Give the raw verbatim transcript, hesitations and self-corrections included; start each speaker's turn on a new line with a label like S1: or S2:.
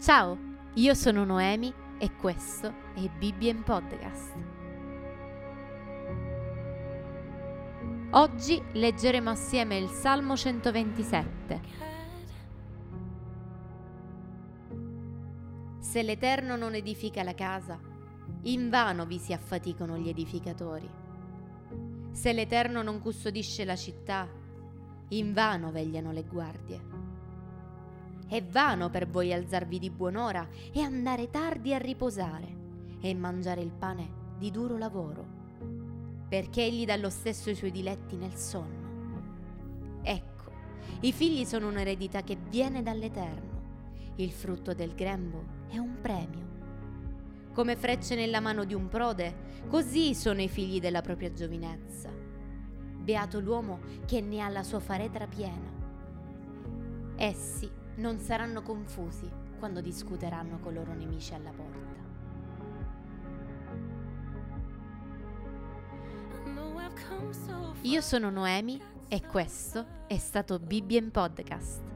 S1: Ciao, io sono Noemi e questo è Bibbia in Podcast. Oggi leggeremo assieme il Salmo centoventisette. Se l'Eterno non edifica la casa, invano vi si affaticano gli edificatori. Se l'Eterno non custodisce la città, invano vegliano le guardie. È vano per voi alzarvi di buon'ora e andare tardi a riposare e mangiare il pane di duro lavoro, perché egli dà lo stesso ai suoi diletti nel sonno. Ecco, i figli sono un'eredità che viene dall'Eterno, il frutto del grembo è un premio. Come frecce nella mano di un prode, così sono i figli della propria giovinezza. Beato l'uomo che ne ha la sua faretra piena. Essi non saranno confusi quando discuteranno con i loro nemici alla porta. Io sono Noemi e questo è stato Bibbia in Podcast.